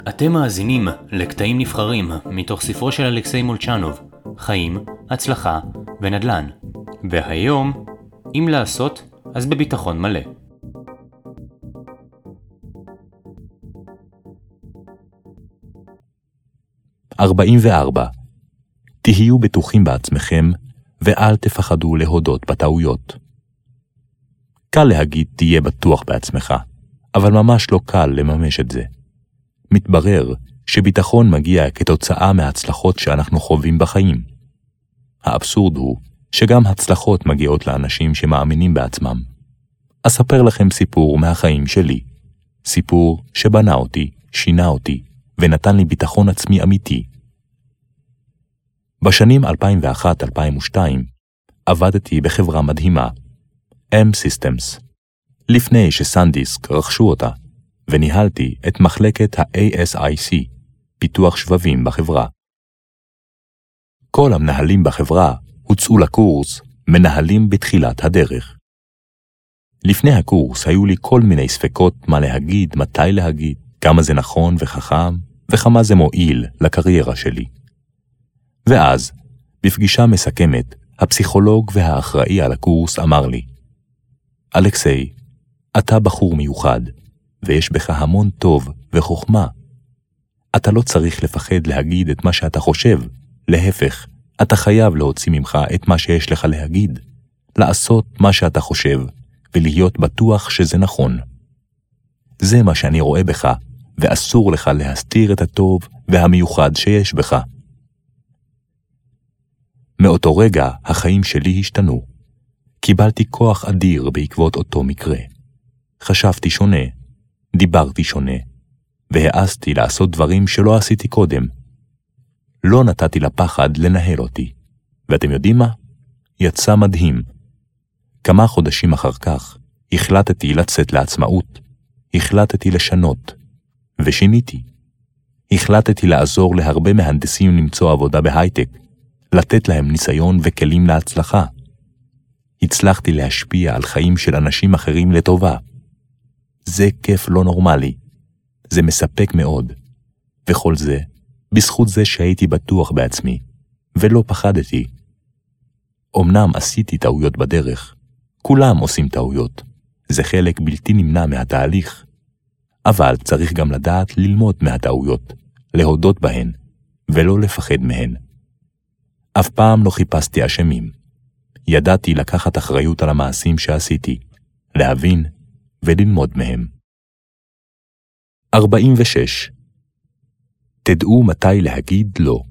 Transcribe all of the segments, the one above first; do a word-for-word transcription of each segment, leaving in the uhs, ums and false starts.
אתם מאזינים לקטעים נבחרים מתוך ספרו של אלכסיי מולצ'נוב, חיים, הצלחה ונדל"ן. והיום, אם לעשות, אז בביטחון מלא. ארבעים וארבע. תהיו בטוחים בעצמכם ואל תפחדו להודות בטעויות. קל להגיד תהיה בטוח בעצמך, אבל ממש לא קל לממש את זה. מתברר שביטחון מגיע כתוצאה מההצלחות שאנחנו חווים בחיים. האבסורד הוא שגם הצלחות מגיעות לאנשים שמאמינים בעצמם. אספר לכם סיפור מהחיים שלי. סיפור שבנה אותי, שינה אותי, ונתן לי ביטחון עצמי אמיתי. בשנים אלפיים ואחת עד אלפיים ושתיים עבדתי בחברה מדהימה, M-Systems, לפני שסנדיסק רכשו אותה, וניהלתי את מחלקת ה-A S I C, פיתוח שבבים בחברה. כל המנהלים בחברה הוצאו לקורס מנהלים בתחילת הדרך. לפני הקורס היו לי כל מיני ספקות מה להגיד, מתי להגיד, כמה זה נכון וחכם, וכמה זה מועיל לקריירה שלי. ואז, בפגישה מסכמת, הפסיכולוג והאחראי על הקורס אמר לי, אלכסיי, אתה בחור מיוחד, ויש בך המון טוב וחוכמה. אתה לא צריך לפחד להגיד את מה שאתה חושב, להפך, אתה חייב להוציא ממך את מה שיש לך להגיד, לעשות מה שאתה חושב, ולהיות בטוח שזה נכון. זה מה שאני רואה בך, ואסור לך להסתיר את הטוב והמיוחד שיש בך. מאותו רגע החיים שלי השתנו. קיבלתי כוח אדיר בעקבות אותו מקרה. חשבתי שונה, דיברתי שונה, והעזתי לעשות דברים שלא עשיתי קודם. לא נתתי לפחד לנהל אותי. ואתם יודעים מה? יצא מדהים. כמה חודשים אחר כך החלטתי לצאת לעצמאות. החלטתי לשנות. ושיניתי. החלטתי לעזור להרבה מהנדסים למצוא עבודה בהייטק, לתת להם ניסיון וכלים להצלחה. הצלחתי להשפיע על חיים של אנשים אחרים לטובה. זה כיף לא נורמלי. זה מספק מאוד. וכל זה, בזכות זה שהייתי בטוח בעצמי, ולא פחדתי. אמנם עשיתי טעויות בדרך. כולם עושים טעויות. זה חלק בלתי נמנע מהתהליך. אבל צריך גם לדעת ללמוד מהטעויות, להודות בהן, ולא לפחד מהן. אף פעם לא חיפשתי אשמים. ידעתי לקחת אחריות על המעשים שעשיתי, להבין וללמוד מהם. ארבעים ושש. תדעו מתי להגיד לא.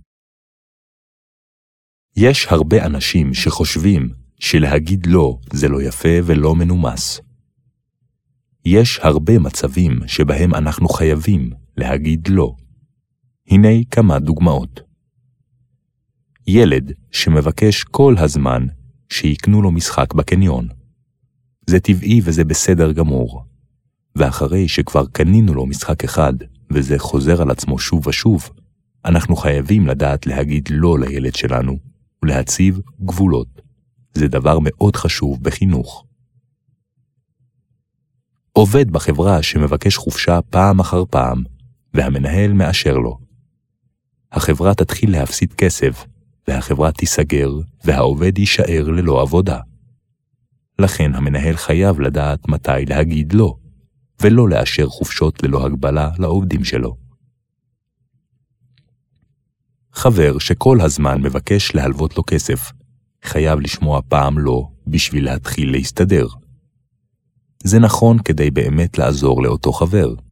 יש הרבה אנשים שחושבים שלהגיד לא זה לא יפה ולא מנומס. יש הרבה מצבים שבהם אנחנו חייבים להגיד לא. הנה כמה דוגמאות. ילד שמבקש כל הזמן שיקנו לו משחק בקניון. זה טבעי וזה בסדר גמור. ואחרי שכבר קנינו לו משחק אחד, וזה חוזר על עצמו שוב ושוב, אנחנו חייבים לדעת להגיד לא לילד שלנו, ולהציב גבולות. זה דבר מאוד חשוב בחינוך. עובד בחברה שמבקש חופשה פעם אחר פעם, והמנהל מאשר לו. החברה תתחיל להפסיד כסף, והחברה תיסגר, והעובד יישאר ללא עבודה. לכן המנהל חייב לדעת מתי להגיד לא, ולא לאשר חופשות ללא הגבלה לעובדים שלו. חבר שכל הזמן מבקש להלוות לו כסף, חייב לשמוע פעם לא בשביל להתחיל להסתדר. זה נכון כדי באמת לעזור לאותו חבר,